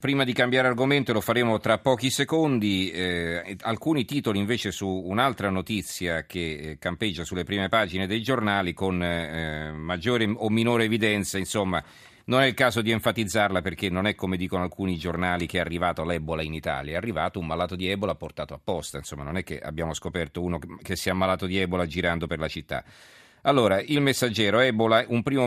Prima di cambiare argomento, lo faremo tra pochi secondi, alcuni titoli invece su un'altra notizia che campeggia sulle prime pagine dei giornali con maggiore o minore evidenza, insomma non è il caso di enfatizzarla perché non è come dicono alcuni giornali che è arrivato l'Ebola in Italia, è arrivato un malato di Ebola portato apposta, insomma non è che abbiamo scoperto uno che si è ammalato di Ebola girando per la città. Allora, il Messaggero, Ebola,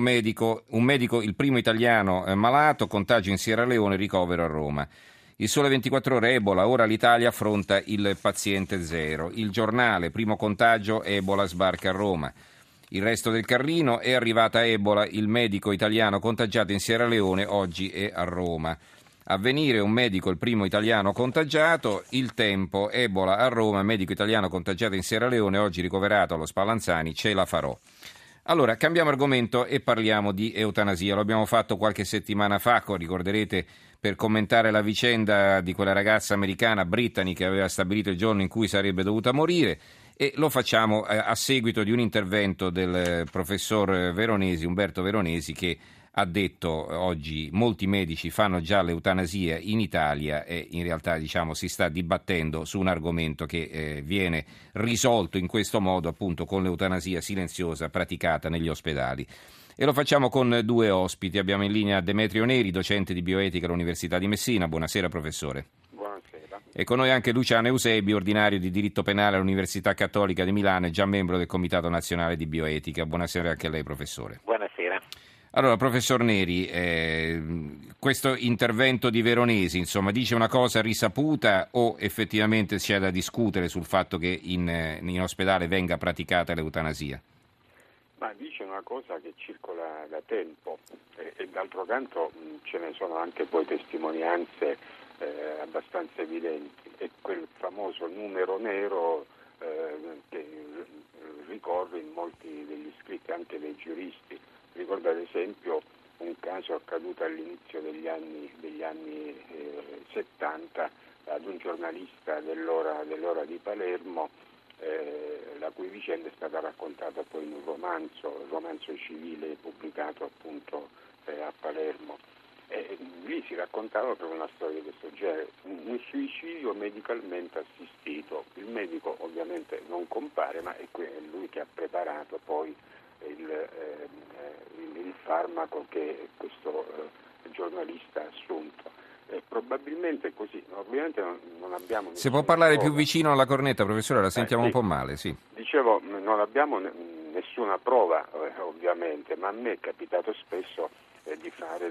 un medico, il primo italiano malato, contagio in Sierra Leone, ricovero a Roma. Il Sole 24 Ore, Ebola, ora l'Italia affronta il paziente zero. Il Giornale, primo contagio, Ebola sbarca a Roma. Il Resto del Carlino, è arrivata Ebola, il medico italiano contagiato in Sierra Leone, oggi è a Roma. Avvenire, un medico, il primo italiano contagiato. Il Tempo, Ebola a Roma, medico italiano contagiato in Sierra Leone, oggi ricoverato allo Spallanzani, ce la farò. Allora, cambiamo argomento e parliamo di eutanasia. Lo abbiamo fatto qualche settimana fa, ricorderete, per commentare la vicenda di quella ragazza americana, Brittany, che aveva stabilito il giorno in cui sarebbe dovuta morire, e lo facciamo a seguito di un intervento del professor Veronesi, Umberto Veronesi, che ha detto oggi molti medici fanno già l'eutanasia in Italia e in realtà si sta dibattendo su un argomento che viene risolto in questo modo, appunto con l'eutanasia silenziosa praticata negli ospedali. E lo facciamo con due ospiti. Abbiamo in linea Demetrio Neri, docente di bioetica all'Università di Messina. Buonasera professore. Buonasera. E con noi anche Luciano Eusebi, ordinario di diritto penale all'Università Cattolica di Milano e già membro del Comitato Nazionale di Bioetica. Buonasera anche a lei professore. Buonasera. Allora, professor Neri, questo intervento di Veronesi, dice una cosa risaputa o effettivamente c'è da discutere sul fatto che in ospedale venga praticata l'eutanasia? Ma dice una cosa che circola da tempo e d'altro canto ce ne sono anche poi testimonianze abbastanza evidenti. È quel famoso numero nero che ricorre in molti degli scritti anche dei giuristi. Ricordo ad esempio un caso accaduto all'inizio degli anni 70 ad un giornalista dell'ora di Palermo, la cui vicenda è stata raccontata poi in un romanzo civile pubblicato appunto a Palermo. Lì si raccontava proprio una storia di questo genere, un suicidio medicalmente assistito. Il medico ovviamente non compare, ma è lui che ha preparato poi il farmaco che questo giornalista ha assunto. Probabilmente è così, ovviamente non abbiamo Se può parlare prova. più vicino alla cornetta, professore, la sentiamo Sì. un po' male, sì. Dicevo, non abbiamo nessuna prova ovviamente, ma a me è capitato spesso di fare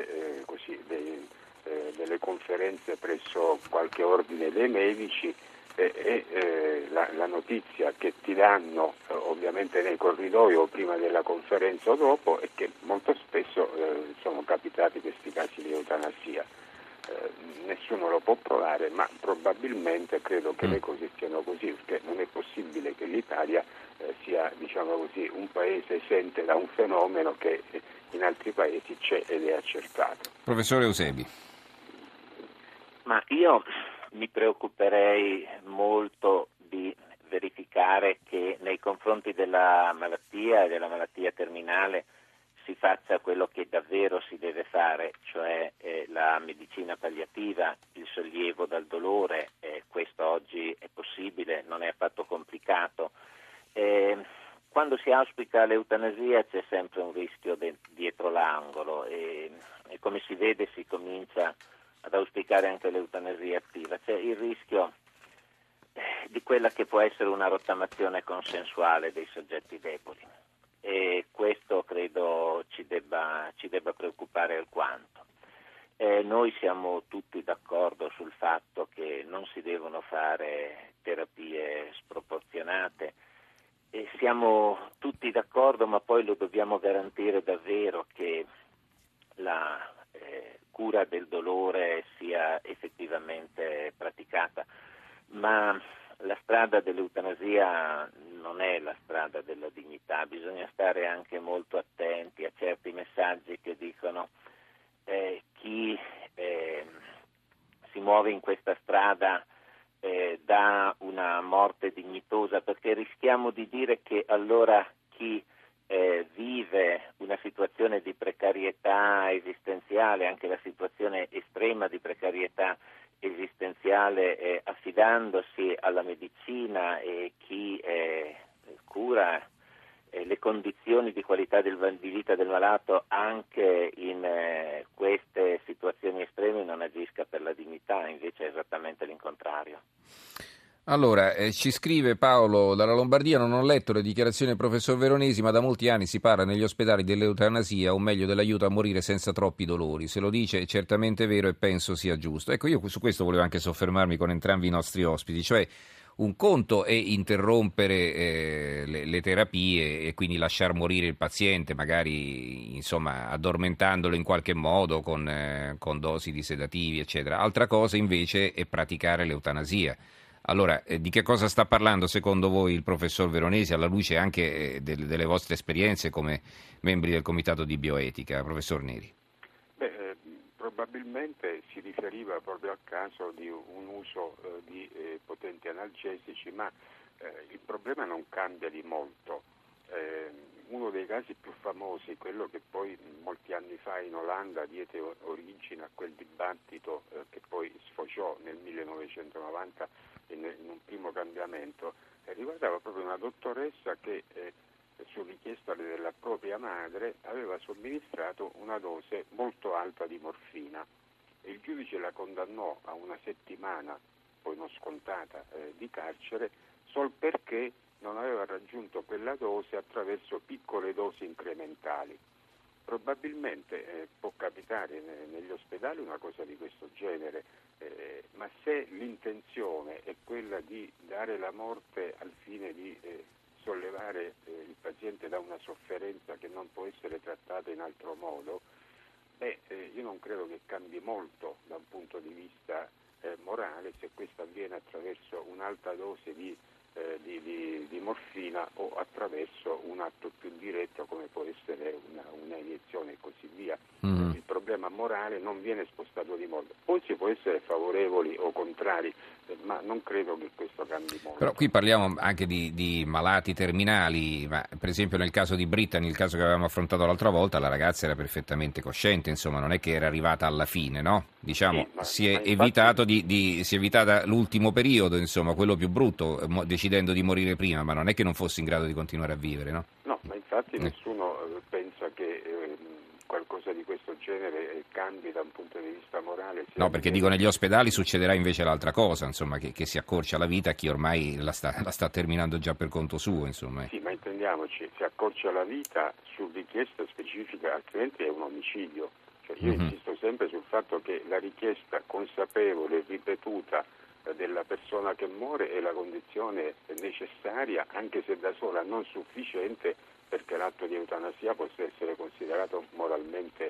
delle conferenze presso qualche ordine dei medici la notizia che ti danno ovviamente nei corridoi o prima della conferenza o dopo è che molto spesso sono capitati questi casi di eutanasia. Nessuno lo può provare, ma probabilmente credo che le cose siano così, perché non è possibile che l'Italia sia, un paese esente da un fenomeno che in altri paesi c'è ed è accertato. Professore Eusebi. Ma io mi preoccuperei molto di verificare che nei confronti della malattia e della malattia terminale si faccia quello che davvero si deve fare, cioè la medicina palliativa, il sollievo dal dolore. Questo oggi è possibile, non è affatto complicato. Quando si auspica l'eutanasia c'è sempre un rischio dietro l'angolo e come si vede si comincia ad auspicare anche l'eutanasia attiva. C'è il rischio di quella che può essere una rottamazione consensuale dei soggetti deboli e questo credo ci debba preoccupare alquanto. Noi siamo tutti d'accordo sul fatto che non si devono fare terapie sproporzionate e siamo tutti d'accordo, ma poi lo dobbiamo garantire davvero che la cura del dolore sia effettivamente praticata, ma la strada dell'eutanasia non è la strada della dignità, bisogna stare anche molto attenti a certi messaggi che dicono chi si muove in questa strada dà una morte dignitosa, perché rischiamo di dire che allora chi vive una situazione di precarietà esistenziale, anche la situazione estrema di precarietà esistenziale, affidandosi alla medicina, e chi cura le condizioni di qualità di vita del malato anche in queste situazioni estreme non agisca per la dignità, invece è esattamente l'incontrario. Allora, ci scrive Paolo dalla Lombardia: non ho letto le dichiarazioni del professor Veronesi, ma da molti anni si parla negli ospedali dell'eutanasia, o meglio dell'aiuto a morire senza troppi dolori. Se lo dice è certamente vero e penso sia giusto. Ecco, io su questo volevo anche soffermarmi con entrambi i nostri ospiti, cioè un conto è interrompere le terapie e quindi lasciar morire il paziente, magari insomma addormentandolo in qualche modo con dosi di sedativi, eccetera. Altra cosa invece è praticare l'eutanasia. Allora, di che cosa sta parlando secondo voi il professor Veronesi, alla luce anche delle vostre esperienze come membri del Comitato di Bioetica, professor Neri? Probabilmente si riferiva proprio al caso di un uso di potenti analgesici, ma il problema non cambia di molto. Uno dei casi più famosi, quello che poi molti anni fa in Olanda diede origine a quel dibattito che poi sfociò nel 1990 in un primo cambiamento, riguardava proprio una dottoressa che su richiesta della propria madre aveva somministrato una dose molto alta di morfina. Il giudice la condannò a una settimana, poi non scontata, di carcere, sol perché non aveva raggiunto quella dose attraverso piccole dosi incrementali. Probabilmente può capitare negli ospedali una cosa di questo genere, ma se l'intenzione è quella di dare la morte al fine di sollevare il paziente da una sofferenza che non può essere trattata in altro modo, io non credo che cambi molto da un punto di vista morale se questo avviene attraverso un'alta dose di morfina o attraverso un atto più diretto come può essere una iniezione e così via. Il problema morale non viene spostato di molto. Poi si può essere favorevoli o contrari, ma non credo che questo cambi molto. Però qui parliamo anche di malati terminali, ma per esempio nel caso di Brittany, il caso che avevamo affrontato l'altra volta, la ragazza era perfettamente cosciente, insomma non è che era arrivata alla fine, no? Diciamo, sì, si è evitata l'ultimo periodo, insomma, quello più brutto, decidendo di morire prima, ma non è che non fosse in grado di continuare a vivere, no? No, ma infatti nessuno pensa che qualcosa di questo genere cambi da un punto di vista morale. No, perché dico negli ospedali succederà invece l'altra cosa, insomma, che si accorcia la vita a chi ormai la sta terminando già per conto suo, insomma. Sì, ma intendiamoci, si accorcia la vita su richiesta specifica, altrimenti è un omicidio. Cioè, io insisto sempre sul fatto che la richiesta consapevole e ripetuta della persona che muore è la condizione necessaria, anche se da sola non sufficiente, perché l'atto di eutanasia possa essere considerato moralmente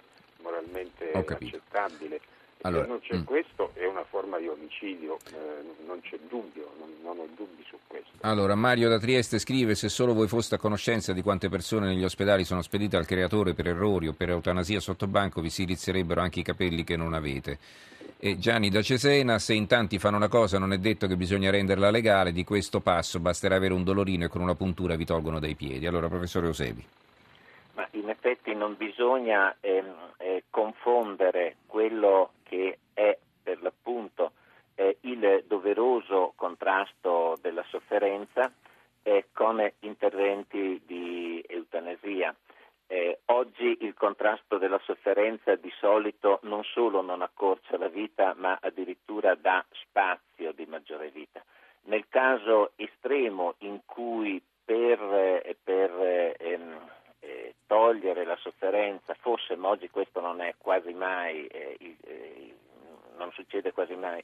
accettabile. Allora, se non c'è questo è una forma di omicidio, non c'è dubbio, non ho dubbi su questo. Allora, Mario da Trieste scrive: se solo voi foste a conoscenza di quante persone negli ospedali sono spedite al creatore per errori o per eutanasia sotto banco, vi si rizzerebbero anche i capelli che non avete. E Gianni da Cesena: se in tanti fanno una cosa non è detto che bisogna renderla legale, di questo passo basterà avere un dolorino e con una puntura vi tolgono dai piedi. Allora, professore Eusebi. Ma in effetti non bisogna confondere quello che è per l'appunto il doveroso contrasto della sofferenza con interventi di eutanasia. Oggi il contrasto della sofferenza di solito non solo non accorcia la vita, ma addirittura dà spazio di maggiore vita. Nel caso estremo in cui per togliere la sofferenza fosse, ma oggi questo non è quasi mai, non succede quasi mai,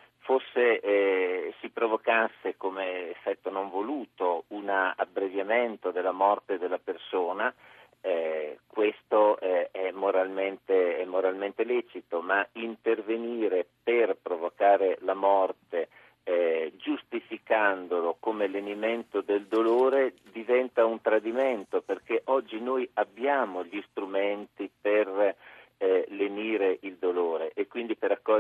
si provocasse come effetto non voluto un abbreviamento della morte della persona, questo è moralmente lecito, ma intervenire per provocare la morte giustificandolo come lenimento del dolore diventa un tradimento, perché oggi noi abbiamo gli strumenti per lenire il dolore e quindi per accogliere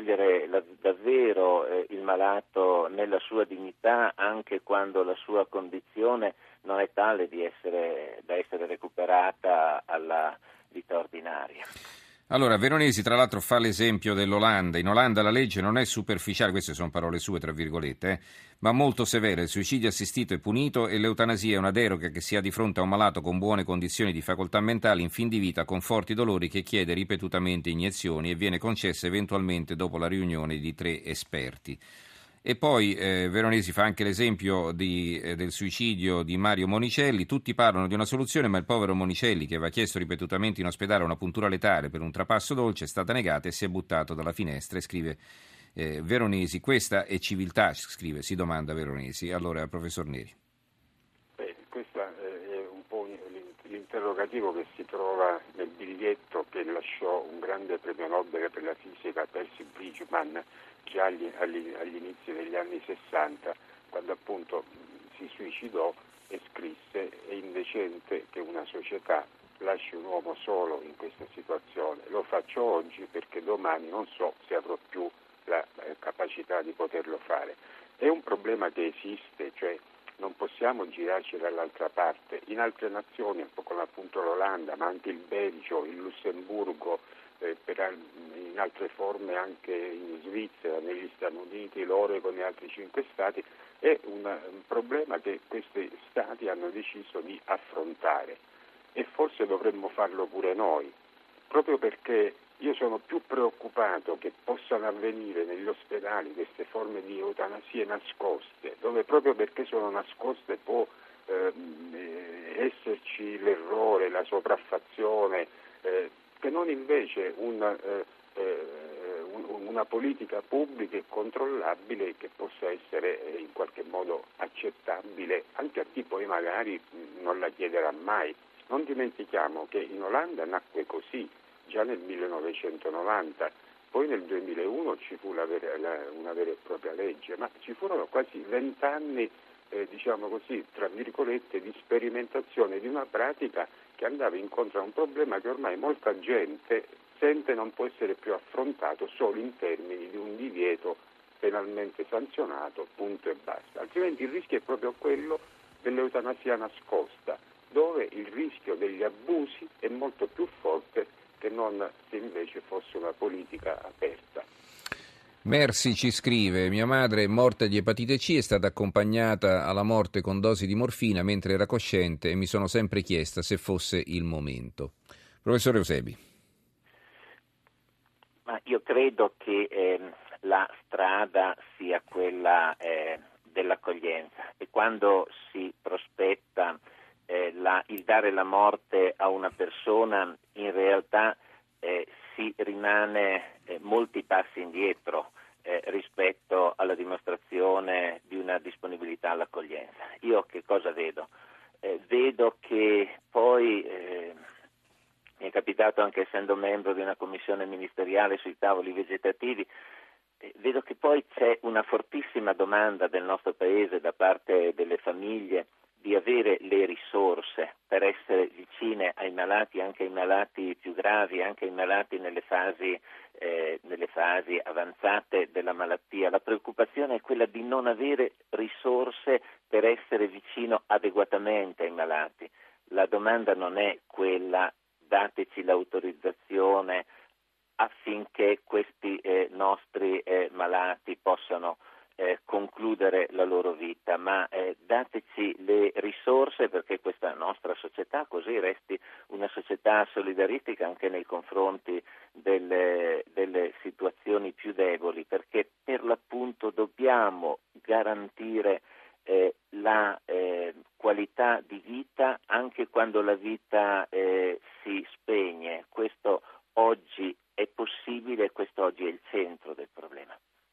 accogliere davvero il malato nella sua dignità, anche quando la sua condizione non è tale da essere recuperata alla vita ordinaria. Allora, Veronesi tra l'altro fa l'esempio dell'Olanda. In Olanda la legge non è superficiale, queste sono parole sue tra virgolette, ma molto severa. Il suicidio assistito è punito e l'eutanasia è una deroga che si ha di fronte a un malato con buone condizioni di facoltà mentali in fin di vita con forti dolori che chiede ripetutamente iniezioni e viene concessa eventualmente dopo la riunione di 3 esperti. E poi Veronesi fa anche l'esempio del suicidio di Mario Monicelli. Tutti parlano di una soluzione, ma il povero Monicelli, che aveva chiesto ripetutamente in ospedale una puntura letale per un trapasso dolce, è stata negata e si è buttato dalla finestra. E scrive Veronesi, questa è civiltà, scrive, si domanda Veronesi. Allora, professor Neri. Questo è un po' l'interrogativo che si trova nel biglietto che lasciò un grande premio Nobel per la fisica, Percy Bridgman, già agli inizi degli anni 60, quando appunto si suicidò e scrisse: è indecente che una società lasci un uomo solo in questa situazione. Lo faccio oggi perché domani non so se avrò più la capacità di poterlo fare. È un problema che esiste, cioè non possiamo girarci dall'altra parte. In altre nazioni, un po' come appunto l'Olanda, ma anche il Belgio, il Lussemburgo, in altre forme anche in Svizzera, negli Stati Uniti, l'Oregon e altri 5 stati, è un problema che questi stati hanno deciso di affrontare e forse dovremmo farlo pure noi, proprio perché io sono più preoccupato che possano avvenire negli ospedali queste forme di eutanasie nascoste, dove proprio perché sono nascoste può esserci l'errore, la sopraffazione, che non invece una politica pubblica e controllabile che possa essere in qualche modo accettabile anche a chi poi magari non la chiederà mai. Non dimentichiamo che in Olanda nacque così già nel 1990, poi nel 2001 ci fu una vera e propria legge, ma ci furono quasi 20 anni diciamo così, tra virgolette, di sperimentazione di una pratica che andava incontro a un problema che ormai molta gente sente non può essere più affrontato solo in termini di un divieto penalmente sanzionato, punto e basta. Altrimenti il rischio è proprio quello dell'eutanasia nascosta, dove il rischio degli abusi è molto più forte che non se invece fosse una politica aperta. Mersi ci scrive: mia madre è morta di epatite C, è stata accompagnata alla morte con dosi di morfina mentre era cosciente e mi sono sempre chiesta se fosse il momento. Professore Eusebi. Ma io credo che la strada sia quella dell'accoglienza e quando si prospetta il dare la morte a una persona in realtà si rimane molti passi indietro rispetto alla dimostrazione di una disponibilità all'accoglienza. Io che cosa vedo? Vedo che poi mi è capitato, anche essendo membro di una commissione ministeriale sui tavoli vegetativi, vedo che poi c'è una fortissima domanda del nostro Paese da parte delle famiglie di avere le risorse per essere vicine ai malati, anche ai malati più gravi, anche ai malati nelle fasi avanzate della malattia. La preoccupazione è quella di non avere risorse per essere vicino adeguatamente ai malati. La domanda non è quella: dateci l'autorizzazione affinché questi nostri malati possano concludere la loro vita, ma dateci le risorse perché questa nostra società così resti una società solidaristica anche nei confronti delle situazioni più deboli, perché per l'appunto dobbiamo garantire la qualità di vita anche quando la vita si spegne. Questo oggi è possibile e questo oggi è il centro del problema.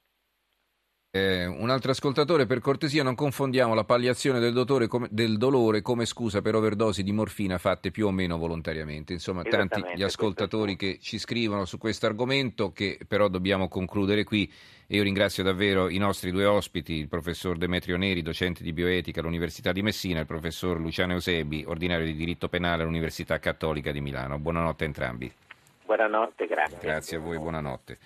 Un altro ascoltatore: per cortesia non confondiamo la palliazione del dolore come scusa per overdosi di morfina fatte più o meno volontariamente. Insomma, tanti gli ascoltatori che ci scrivono su questo argomento, che però dobbiamo concludere qui. E io ringrazio davvero i nostri due ospiti, il professor Demetrio Neri, docente di bioetica all'Università di Messina, e il professor Luciano Eusebi, ordinario di diritto penale all'Università Cattolica di Milano. Buonanotte a entrambi. Buonanotte, grazie. Grazie a voi, buonanotte.